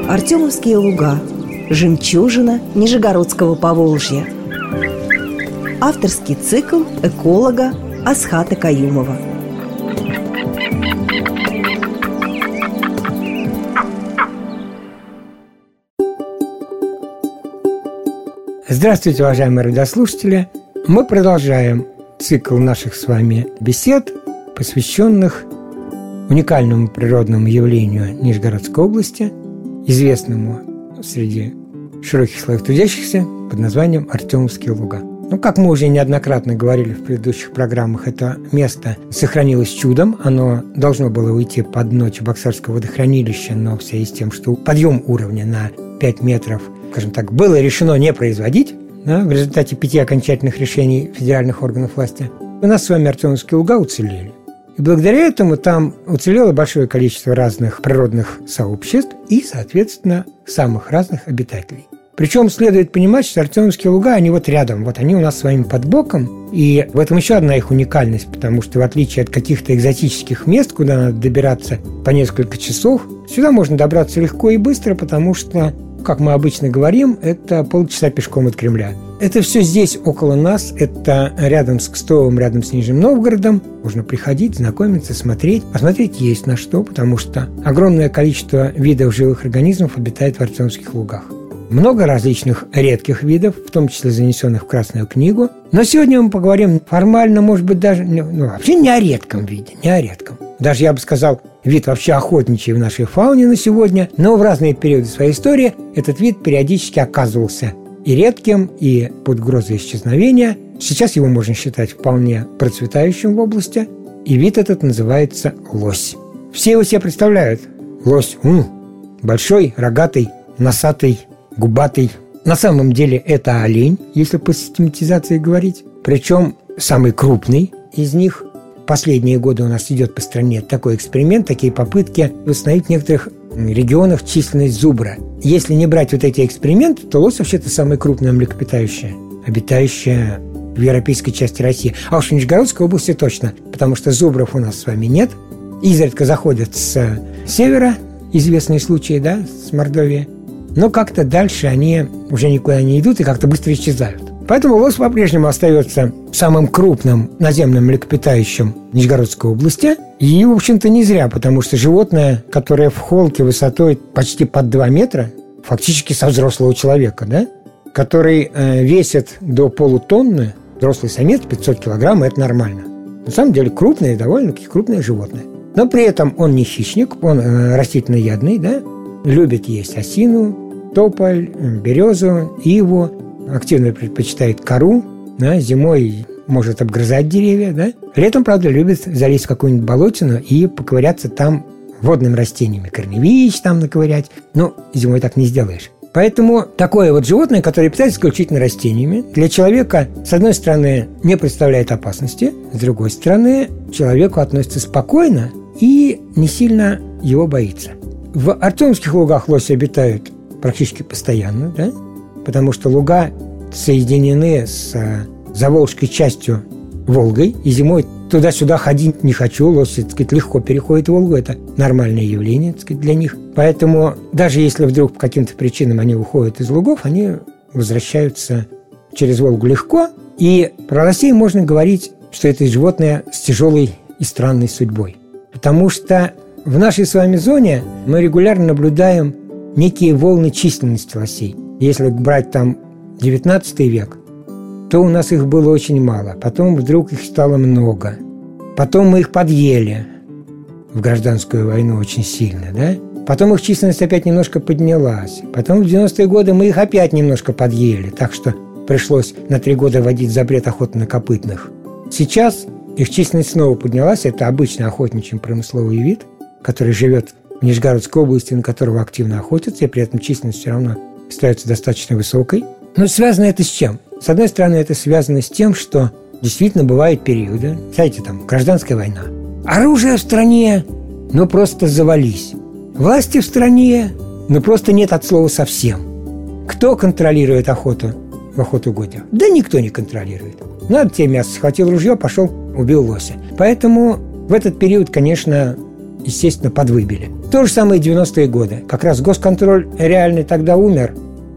Артемовские луга. Жемчужина Нижегородского Поволжья. Авторский цикл эколога Асхата Каюмова. Здравствуйте, уважаемые радиослушатели! Мы продолжаем цикл наших с вами бесед, посвященных уникальному природному явлению Нижегородской области, известному среди широких слоев трудящихся под названием Артемовские луга. Как мы уже неоднократно говорили в предыдущих программах, это место сохранилось чудом. Оно должно было уйти под дно Чебоксарского водохранилища, но в связи с тем, что подъем уровня на 5 метров, скажем так, было решено не производить, в результате 5 окончательных решений федеральных органов власти, у нас с вами Артемовские луга уцелели. И благодаря этому там уцелело большое количество разных природных сообществ и, соответственно, самых разных обитателей. Причем следует понимать, что Артемовские луга, они вот рядом, вот они у нас с вами под боком, и в этом еще одна их уникальность, потому что в отличие от каких-то экзотических мест, куда надо добираться по несколько часов, сюда можно добраться легко и быстро, потому что, как мы обычно говорим, это полчаса пешком от Кремля. Это все здесь, около нас, это рядом с Кстоvom, рядом с Нижним Новгородом. Можно приходить, знакомиться, смотреть. Посмотреть есть на что, потому что огромное количество видов живых организмов обитает в Артемовских лугах. Много различных редких видов, в том числе занесенных в Красную книгу. Но сегодня мы поговорим формально, может быть, даже вообще не о редком виде, не о редком. Даже, я бы сказал, вид вообще охотничий в нашей фауне на сегодня, но в разные периоды своей истории этот вид периодически оказывался и редким, и под угрозой исчезновения. Сейчас его можно считать вполне процветающим в области, и вид этот называется лось. Все его себе представляют. Лось большой, рогатый, носатый, губатый. На самом деле это олень, если по систематизации говорить. Причем самый крупный из них. Последние годы у нас идет по стране такой эксперимент, такие попытки восстановить в некоторых регионах численность зубра. Если не брать вот эти эксперименты, то лось вообще-то самое крупное млекопитающее, обитающее в европейской части России. А уж в Нижегородской области точно, потому что зубров у нас с вами нет. Изредка заходят с севера, известные случаи, с Мордовии. Но как-то дальше они уже никуда не идут и как-то быстро исчезают. Поэтому лось по-прежнему остается самым крупным наземным млекопитающим Нижегородской области. И, в общем-то, не зря, потому что животное, которое в холке высотой почти под 2 метра, фактически со взрослого человека, который весит до полутонны, взрослый самец 500 килограмм, это нормально. На самом деле крупное, довольно-таки крупное животное. Но при этом он не хищник, он растительноядный, любит есть осину, тополь, березу, иву, активно предпочитает кору, зимой может обгрызать деревья, Летом, правда, любит залезть в какую-нибудь болотину и поковыряться там водными растениями, корневищ там наковырять. Но зимой так не сделаешь. Поэтому такое вот животное, которое питается исключительно растениями, для человека, с одной стороны, не представляет опасности, с другой стороны, к человеку относится спокойно и не сильно его боится. В Артемовских лугах лоси обитают практически постоянно, потому что луга соединены с заволжской частью Волгой, и зимой туда-сюда ходить не хочу, лоси, легко переходят Волгу, это нормальное явление, для них. Поэтому даже если вдруг по каким-то причинам они уходят из лугов, они возвращаются через Волгу легко, и про лосей можно говорить, что это животное с тяжелой и странной судьбой. Потому что в нашей с вами зоне мы регулярно наблюдаем некие волны численности лосей. Если брать там 19 век, то у нас их было очень мало. Потом вдруг их стало много. Потом мы их подъели в гражданскую войну очень сильно, Потом их численность опять немножко поднялась. Потом в 90-е годы мы их опять немножко подъели. Так что пришлось на 3 года вводить запрет охоты на копытных. Сейчас их численность снова поднялась. Это обычный охотничий промысловый вид, который живет в Нижегородской области, на которого активно охотятся, и при этом численность все равно остается достаточно высокой. Но связано это с чем? С одной стороны, это связано с тем, что действительно бывают периоды, знаете, гражданская война. Оружие в стране, просто завались. Власти в стране, просто нет от слова совсем. Кто контролирует охоту в охотугодие? Да никто не контролирует. Надо тебе мясо, схватил ружье, пошел, убил лося. Поэтому в этот период, конечно, естественно, подвыбили. То же самое и 90-е годы. Как раз госконтроль реальный тогда умер,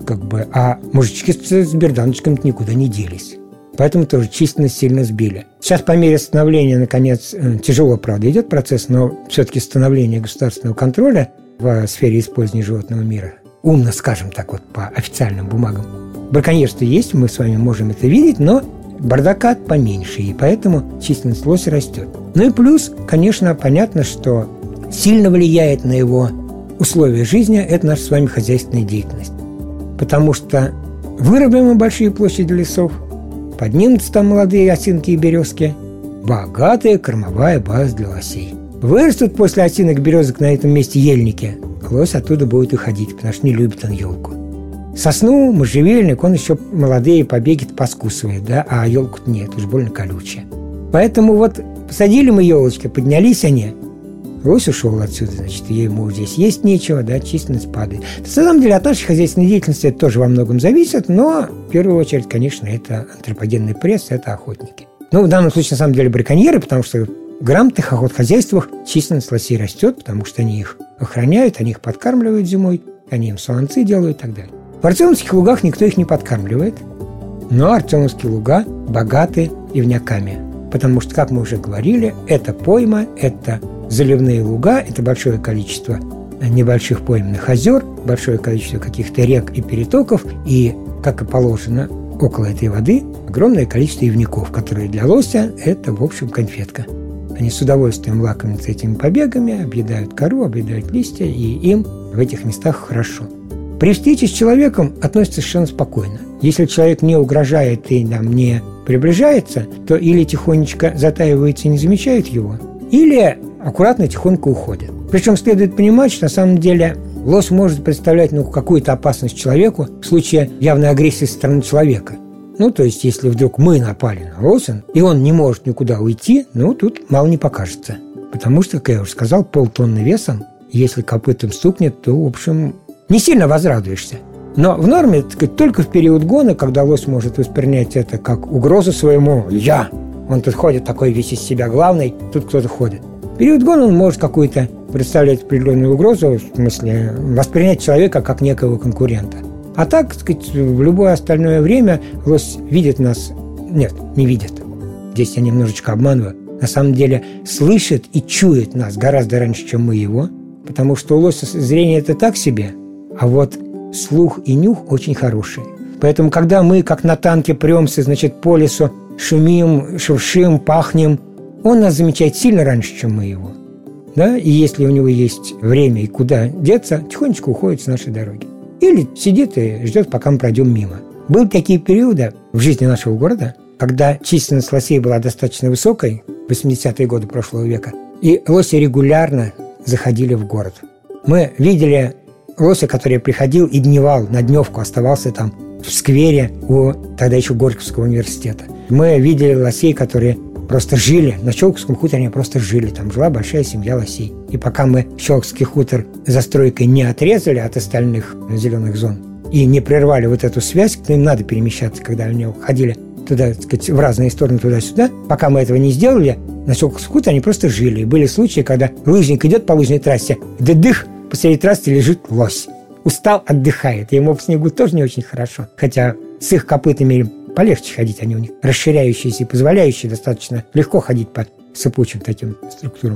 а мужички с берданочками никуда не делись. Поэтому тоже численность сильно сбили. Сейчас по мере становления, наконец, тяжело, правда, идет процесс, но все-таки становление государственного контроля в сфере использования животного мира, умно, скажем так, по официальным бумагам. Браконьерство есть, мы с вами можем это видеть, но бардака поменьше, и поэтому численность лося растет. Ну и плюс, конечно, понятно, что сильно влияет на его условия жизни это наша с вами хозяйственная деятельность. Потому что вырубим мы большие площади лесов, поднимутся там молодые осинки и березки, богатая кормовая база для лосей. Вырастут после осинок и березок на этом месте ельники, лось оттуда будет уходить, потому что не любит он елку. Сосну, можжевельник, он еще молодые побеги поскусывает, да, а елку-то нет, уж больно колючая. Поэтому посадили мы елочки, поднялись они, лось ушел отсюда, значит, ему здесь есть нечего, да, численность падает. На самом деле от нашей хозяйственной деятельности это тоже во многом зависит, но в первую очередь, конечно, это антропогенный пресс, это охотники. В данном случае, на самом деле, браконьеры, потому что в грамотных охотхозяйствах численность лосей растет, потому что они их охраняют, они их подкармливают зимой, они им солонцы делают и так далее. В артемовских лугах никто их не подкармливает, но артемовские луга богаты ивняками, потому что, как мы уже говорили, это пойма, это заливные луга, это большое количество небольших пойменных озер, большое количество каких-то рек и перетоков, и, как и положено, около этой воды огромное количество ивняков, которые для лося – это, в общем, конфетка. Они с удовольствием лакомятся этими побегами, объедают кору, объедают листья, и им в этих местах хорошо. При встрече с человеком относятся совершенно спокойно. Если человек не угрожает и не приближается, то или тихонечко затаивается и не замечает его, или аккуратно тихонько уходит. Причем следует понимать, что на самом деле лось может представлять какую-то опасность человеку в случае явной агрессии со стороны человека. То есть, если вдруг мы напали на лося, и он не может никуда уйти, тут мало не покажется. Потому что, как я уже сказал, полтонны весом, если копытом стукнет, то, в общем, не сильно возрадуешься. Но в норме, только в период гона, когда лось может воспринять это как угрозу своему «я». Он тут ходит такой весь из себя главный, тут кто-то ходит. В период гона он может какую-то представлять определенную угрозу, в смысле воспринять человека как некого конкурента. А так, в любое остальное время лось видит нас... Нет, не видит. Здесь я немножечко обманываю. На самом деле слышит и чует нас гораздо раньше, чем мы его, потому что у лося зрение это так себе, а слух и нюх очень хорошие. Поэтому, когда мы, как на танке, премся, по лесу, шумим, шуршим, пахнем, он нас замечает сильно раньше, чем мы его. Да? И если у него есть время и куда деться, тихонечко уходит с нашей дороги. Или сидит и ждет, пока мы пройдем мимо. Были такие периоды в жизни нашего города, когда численность лосей была достаточно высокой, 80-е годы прошлого века, и лоси регулярно заходили в город. Мы видели лося, который приходил и дневал, на дневку оставался там в сквере у тогда еще Горьковского университета. Мы видели лосей, которые просто жили. На Щелковском хуторе они просто жили. Там жила большая семья лосей. И пока мы Щелковский хутор застройкой не отрезали от остальных зеленых зон и не прервали эту связь, то им надо перемещаться, когда они ходили туда, в разные стороны, туда-сюда. Пока мы этого не сделали, на Щелковском хуторе они просто жили. И были случаи, когда лыжник идет по лыжной трассе, дых, посреди трассы лежит лось. Устал, отдыхает. И ему в снегу тоже не очень хорошо. Хотя с их копытами полегче ходить, они у них расширяющиеся и позволяющие достаточно легко ходить по сыпучим таким структурам.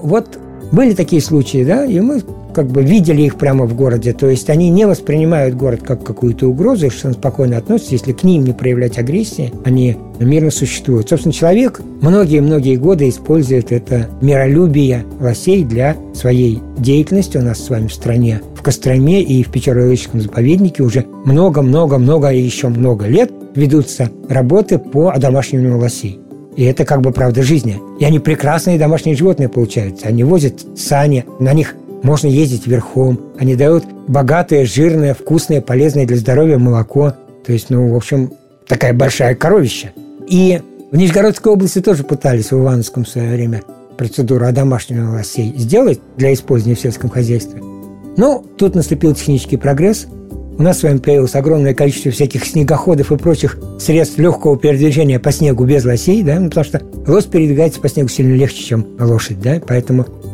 Были такие случаи, да, и мы видели их прямо в городе. То есть они не воспринимают город как какую-то угрозу и совершенно спокойно относятся. Если к ним не проявлять агрессии, они мирно существуют. Собственно, человек многие-многие годы использует это миролюбие лосей для своей деятельности. У нас с вами в стране, в Костроме и в Печорно-Лыческом заповеднике уже много и еще много лет ведутся работы по одомашниванию лосей. И это правда жизни. И они прекрасные домашние животные получаются. Они возят сани, на них можно ездить верхом. Они дают богатое, жирное, вкусное, полезное для здоровья молоко. То есть, в общем, такая большая коровища. И в Нижегородской области тоже пытались в Ивановском в свое время процедуру одомашнивания лосей сделать для использования в сельском хозяйстве. Но тут наступил технический прогресс. У нас с вами появилось огромное количество всяких снегоходов и прочих средств легкого передвижения по снегу без лосей, да, потому что лось передвигается по снегу сильно легче, чем лошадь, да, поэтому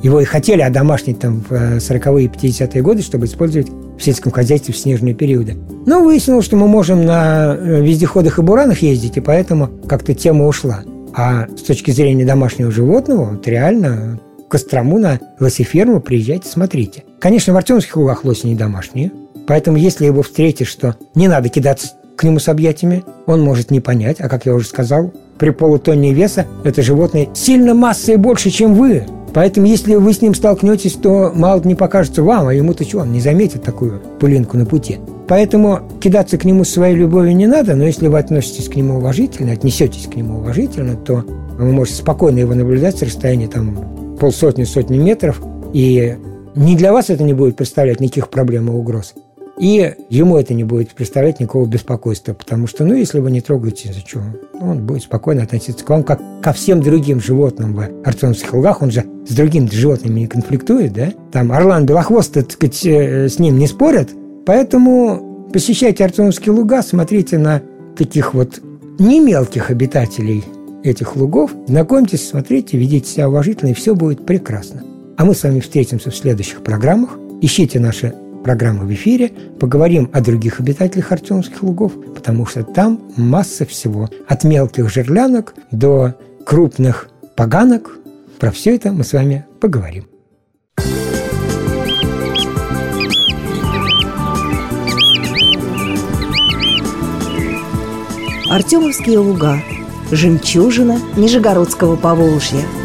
Его и хотели одомашнить там в 40-е и 50-е годы, чтобы использовать в сельском хозяйстве в снежные периоды. Но выяснилось, что мы можем на вездеходах и буранах ездить, и поэтому как-то тема ушла. А с точки зрения домашнего животного, вот реально в Кострому на лосеферму приезжайте, смотрите. Конечно, в Артемовских лугах лоси не домашние, поэтому если его встретишь, что не надо кидаться к нему с объятиями, он может не понять, а как я уже сказал, при полутонне веса это животное сильно массой больше, чем вы. Поэтому, если вы с ним столкнетесь, то мало не покажется вам, а ему-то что, он не заметит такую пылинку на пути. Поэтому кидаться к нему с своей любовью не надо, но если вы относитесь к нему уважительно, отнесетесь к нему уважительно, то вы можете спокойно его наблюдать с расстояния там полсотни-сотни метров, и ни для вас это не будет представлять никаких проблем и угроз. И ему это не будет представлять никакого беспокойства, потому что, если вы не трогаете, за что, он будет спокойно относиться к вам, как ко всем другим животным в Артемовских лугах. Он же с другими животными не конфликтует, да? Там орлан белохвостый, так сказать, с ним не спорят. Поэтому посещайте Артемовские луга, смотрите на таких вот не мелких обитателей этих лугов, знакомьтесь, смотрите, ведите себя уважительно, и все будет прекрасно. А мы с вами встретимся в следующих программах. Ищите наши программы в эфире, поговорим о других обитателях Артемовских лугов, потому что там масса всего. От мелких жерлянок до крупных поганок. Про все это мы с вами поговорим. Артемовские луга. Жемчужина Нижегородского Поволжья.